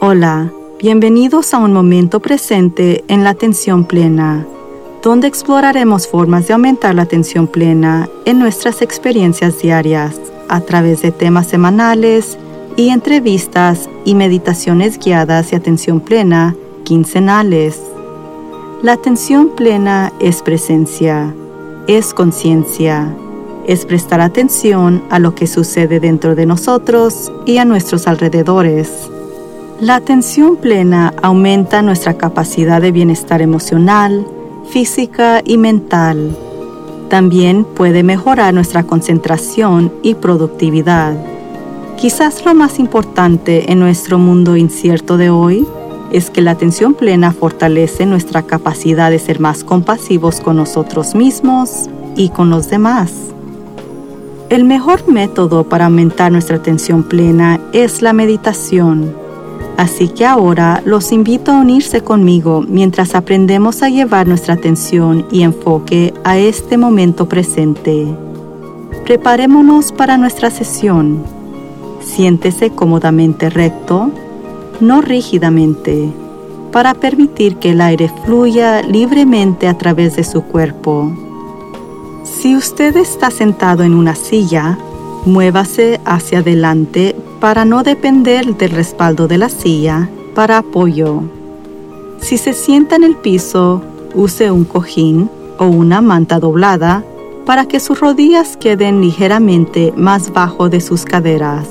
Hola, bienvenidos a un momento presente en la atención plena, donde exploraremos formas de aumentar la atención plena en nuestras experiencias diarias a través de temas semanales y entrevistas y meditaciones guiadas de atención plena quincenales. La atención plena es presencia, es conciencia, es prestar atención a lo que sucede dentro de nosotros y a nuestros alrededores. La atención plena aumenta nuestra capacidad de bienestar emocional, física y mental. También puede mejorar nuestra concentración y productividad. Quizás lo más importante en nuestro mundo incierto de hoy es que la atención plena fortalece nuestra capacidad de ser más compasivos con nosotros mismos y con los demás. El mejor método para aumentar nuestra atención plena es la meditación. Así que ahora los invito a unirse conmigo mientras aprendemos a llevar nuestra atención y enfoque a este momento presente. Preparémonos para nuestra sesión. Siéntese cómodamente recto, no rígidamente, para permitir que el aire fluya libremente a través de su cuerpo. Si usted está sentado en una silla, muévase hacia adelante para no depender del respaldo de la silla para apoyo. Si se sienta en el piso, use un cojín o una manta doblada para que sus rodillas queden ligeramente más bajo de sus caderas.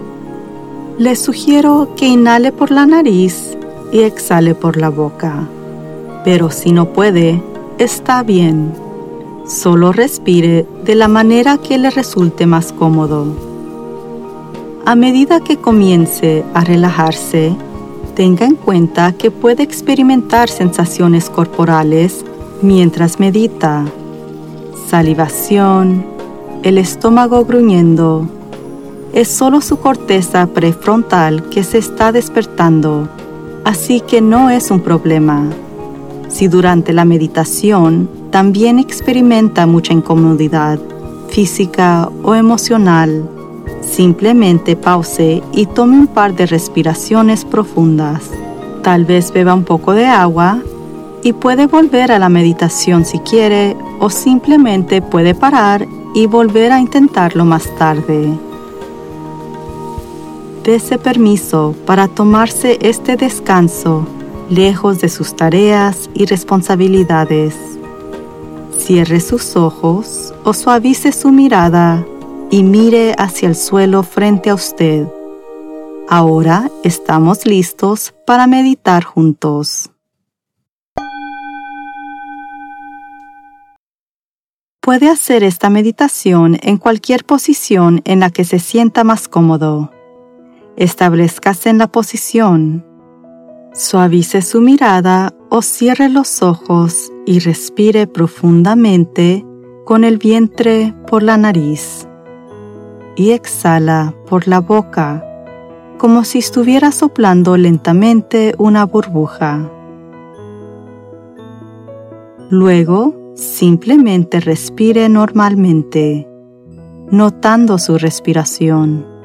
Le sugiero que inhale por la nariz y exhale por la boca. Pero si no puede, está bien. Solo respire de la manera que le resulte más cómodo. A medida que comience a relajarse, tenga en cuenta que puede experimentar sensaciones corporales mientras medita. Salivación, el estómago gruñendo. Es solo su corteza prefrontal que se está despertando, así que no es un problema. Si durante la meditación también experimenta mucha incomodidad física o emocional, simplemente pause y tome un par de respiraciones profundas. Tal vez beba un poco de agua y puede volver a la meditación si quiere, o simplemente puede parar y volver a intentarlo más tarde. Dese permiso para tomarse este descanso lejos de sus tareas y responsabilidades. Cierre sus ojos o suavice su mirada y mire hacia el suelo frente a usted. Ahora estamos listos para meditar juntos. Puede hacer esta meditación en cualquier posición en la que se sienta más cómodo. Establezcase en la posición. Suavice su mirada o cierre los ojos y respire profundamente con el vientre por la nariz. Y exhala por la boca, como si estuviera soplando lentamente una burbuja. Luego, simplemente respire normalmente, notando su respiración.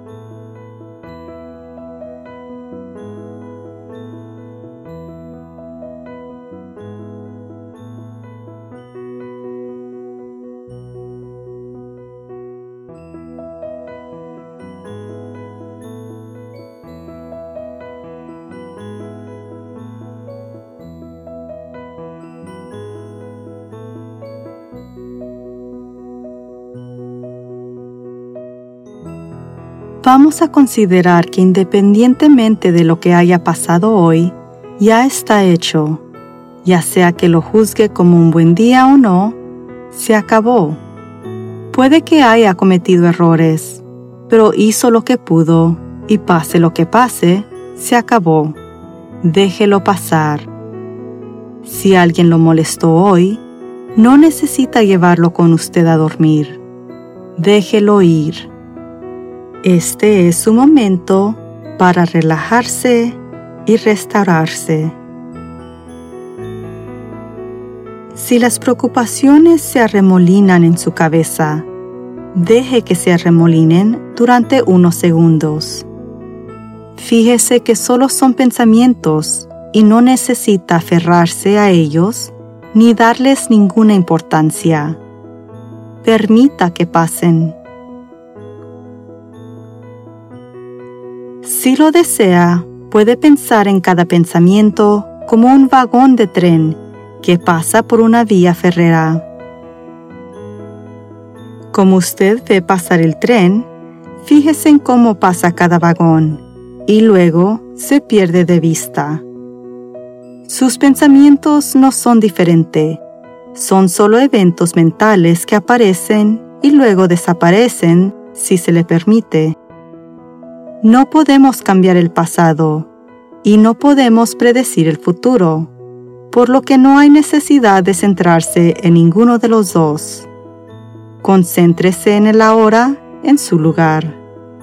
Vamos a considerar que independientemente de lo que haya pasado hoy, ya está hecho. Ya sea que lo juzgue como un buen día o no, se acabó. Puede que haya cometido errores, pero hizo lo que pudo y pase lo que pase, se acabó. Déjelo pasar. Si alguien lo molestó hoy, no necesita llevarlo con usted a dormir. Déjelo ir. Este es su momento para relajarse y restaurarse. Si las preocupaciones se arremolinan en su cabeza, deje que se arremolinen durante unos segundos. Fíjese que solo son pensamientos y no necesita aferrarse a ellos ni darles ninguna importancia. Permita que pasen. Si lo desea, puede pensar en cada pensamiento como un vagón de tren que pasa por una vía férrea. Como usted ve pasar el tren, fíjese en cómo pasa cada vagón y luego se pierde de vista. Sus pensamientos no son diferentes, son solo eventos mentales que aparecen y luego desaparecen si se le permite. No podemos cambiar el pasado y no podemos predecir el futuro, por lo que no hay necesidad de centrarse en ninguno de los dos. Concéntrese en el ahora, en su lugar.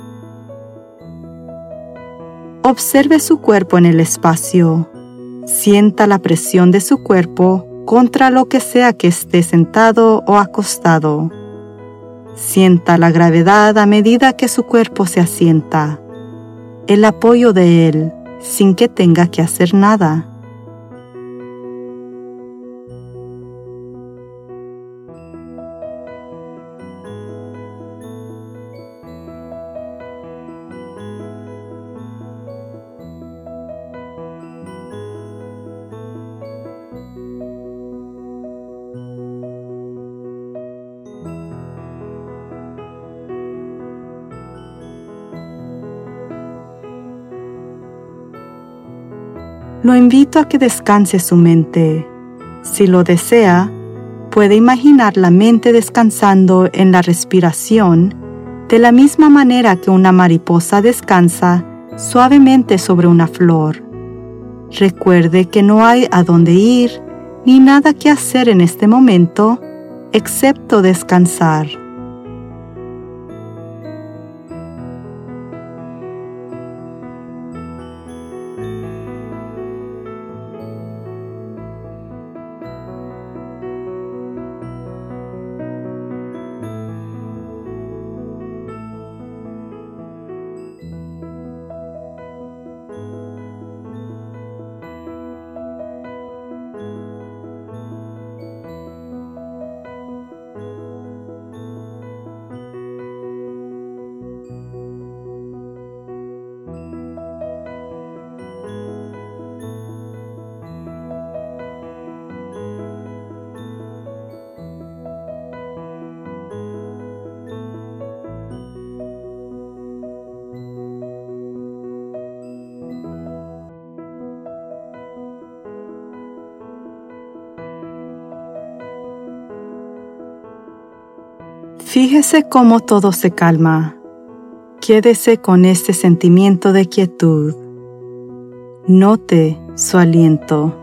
Observe su cuerpo en el espacio. Sienta la presión de su cuerpo contra lo que sea que esté sentado o acostado. Sienta la gravedad a medida que su cuerpo se asienta, el apoyo de él sin que tenga que hacer nada. Lo invito a que descanse su mente. Si lo desea, puede imaginar la mente descansando en la respiración de la misma manera que una mariposa descansa suavemente sobre una flor. Recuerde que no hay a dónde ir ni nada que hacer en este momento excepto descansar. Fíjese cómo todo se calma. Quédese con este sentimiento de quietud. Note su aliento.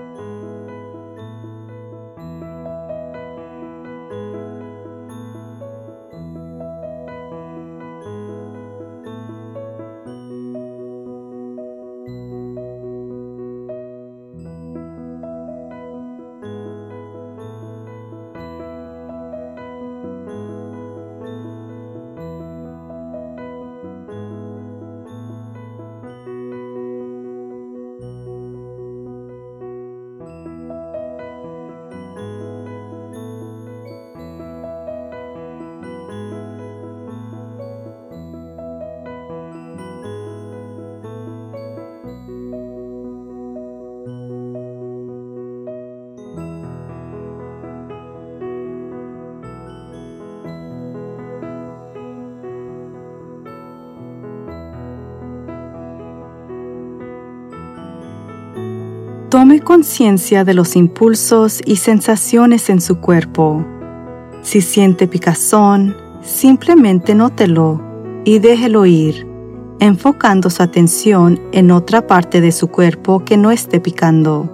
Tome conciencia de los impulsos y sensaciones en su cuerpo. Si siente picazón, simplemente nótelo y déjelo ir, enfocando su atención en otra parte de su cuerpo que no esté picando.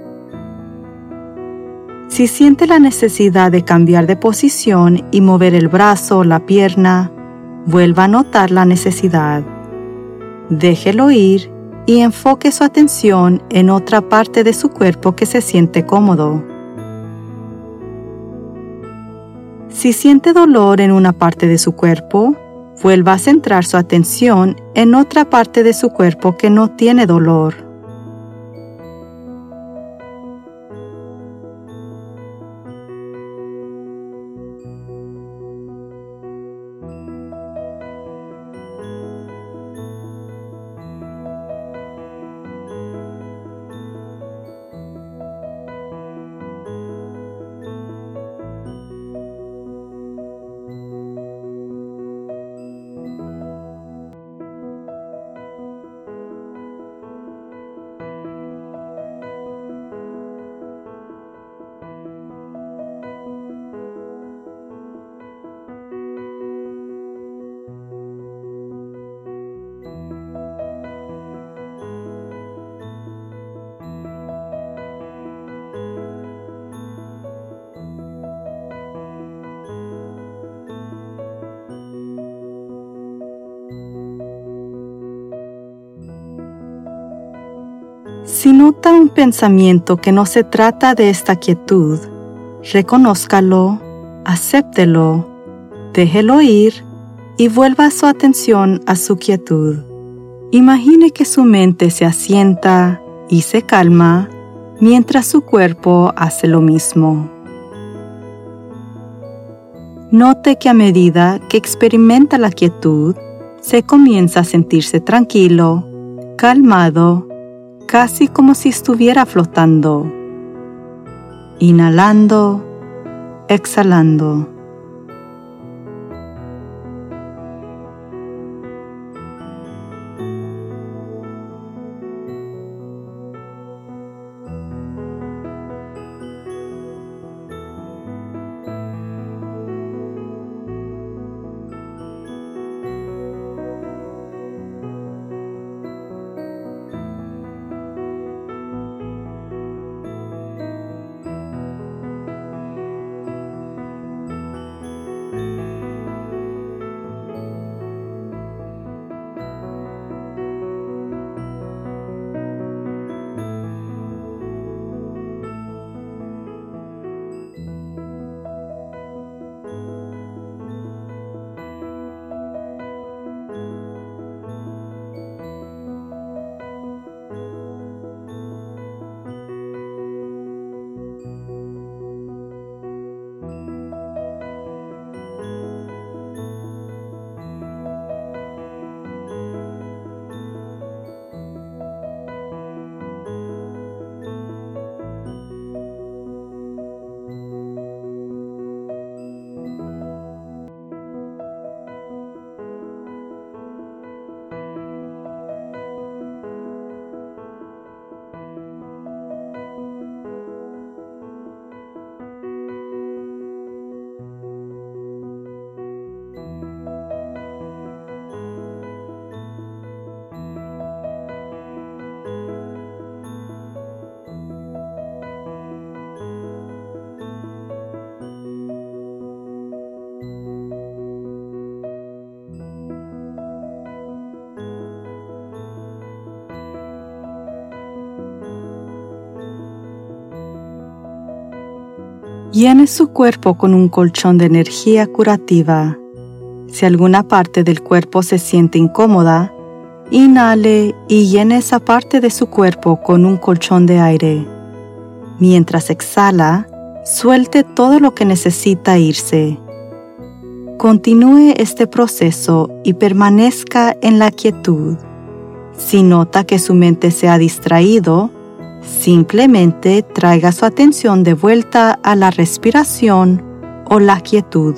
Si siente la necesidad de cambiar de posición y mover el brazo o la pierna, vuelva a notar la necesidad. Déjelo ir y enfoque su atención en otra parte de su cuerpo que se siente cómodo. Si siente dolor en una parte de su cuerpo, vuelva a centrar su atención en otra parte de su cuerpo que no tiene dolor. Si nota un pensamiento que no se trata de esta quietud, reconózcalo, acéptelo, déjelo ir y vuelva su atención a su quietud. Imagine que su mente se asienta y se calma mientras su cuerpo hace lo mismo. Note que a medida que experimenta la quietud, se comienza a sentirse tranquilo, calmado, casi como si estuviera flotando. Inhalando, exhalando. Llene su cuerpo con un colchón de energía curativa. Si alguna parte del cuerpo se siente incómoda, inhale y llene esa parte de su cuerpo con un colchón de aire. Mientras exhala, suelte todo lo que necesita irse. Continúe este proceso y permanezca en la quietud. Si nota que su mente se ha distraído, simplemente traiga su atención de vuelta a la respiración o la quietud.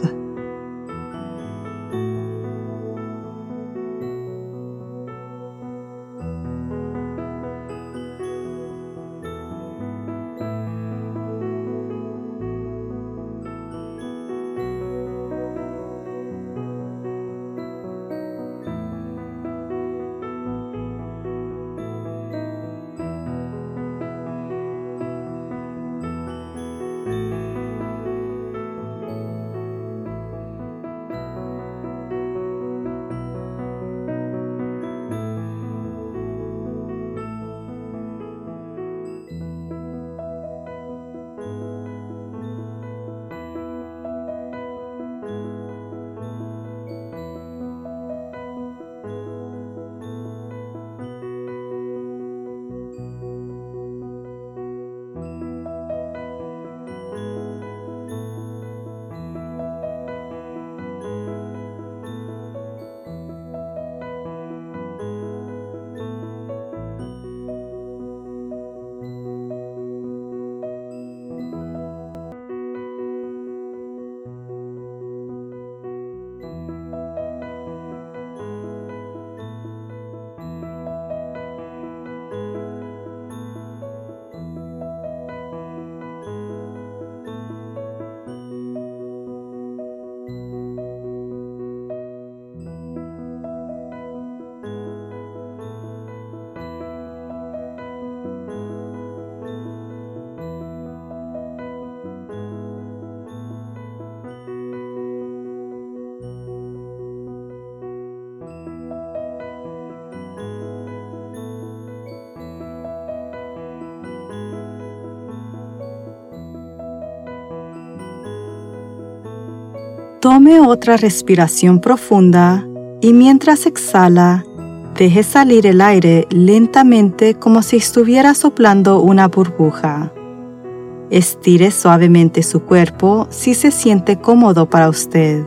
Tome otra respiración profunda y mientras exhala, deje salir el aire lentamente como si estuviera soplando una burbuja. Estire suavemente su cuerpo si se siente cómodo para usted.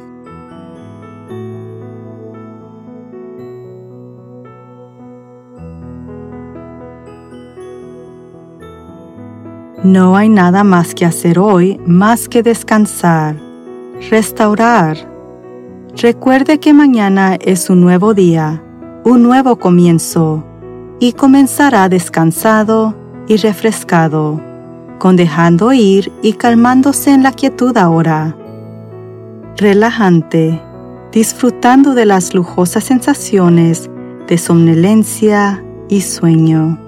No hay nada más que hacer hoy más que descansar, restaurar. Recuerde que mañana es un nuevo día, un nuevo comienzo, y comenzará descansado y refrescado, con dejando ir y calmándose en la quietud ahora. Relajante, disfrutando de las lujosas sensaciones de somnolencia y sueño.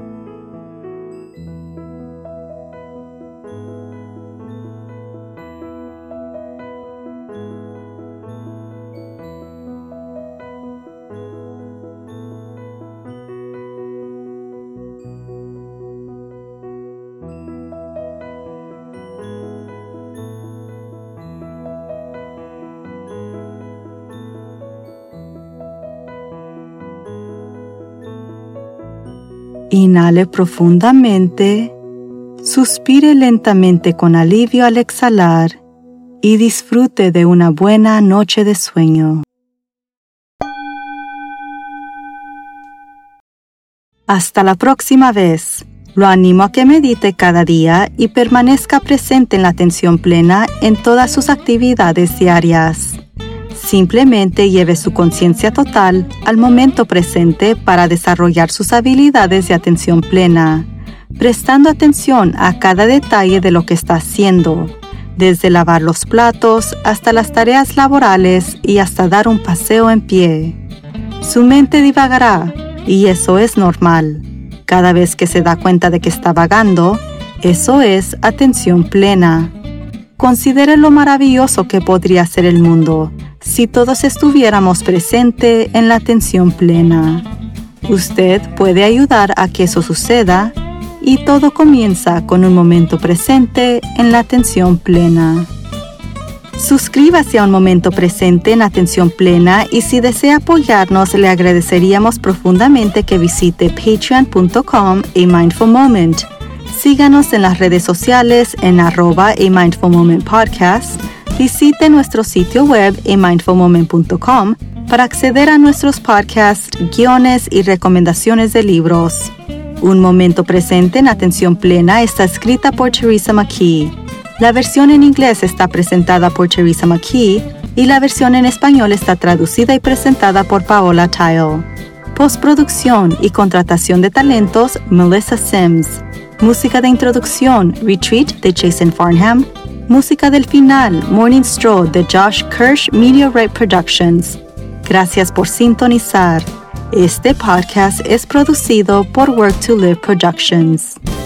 Inhale profundamente, suspire lentamente con alivio al exhalar y disfrute de una buena noche de sueño. Hasta la próxima vez. Lo animo a que medite cada día y permanezca presente en la atención plena en todas sus actividades diarias. Simplemente lleve su conciencia total al momento presente para desarrollar sus habilidades de atención plena, prestando atención a cada detalle de lo que está haciendo, desde lavar los platos hasta las tareas laborales y hasta dar un paseo en pie. Su mente divagará, y eso es normal. Cada vez que se da cuenta de que está vagando, eso es atención plena. Considere lo maravilloso que podría ser el mundo si todos estuviéramos presentes en la atención plena. Usted puede ayudar a que eso suceda y todo comienza con un momento presente en la atención plena. Suscríbase a Un Momento Presente en Atención Plena y si desea apoyarnos, le agradeceríamos profundamente que visite patreon.com/amindfulmoment. Síganos en las redes sociales en @amindfulmomentpodcast. Visite nuestro sitio web amindfulmoment.com para acceder a nuestros podcasts, guiones y recomendaciones de libros. Un Momento Presente en Atención Plena está escrita por Teresa McKee. La versión en inglés está presentada por Teresa McKee y la versión en español está traducida y presentada por Paola Tile. Postproducción y contratación de talentos, Melissa Sims. Música de introducción, Retreat de Jason Farnham. Música del final, Morning Stroll de Josh Kirsch Meteorite Productions. Gracias por sintonizar. Este podcast es producido por Work to Live Productions.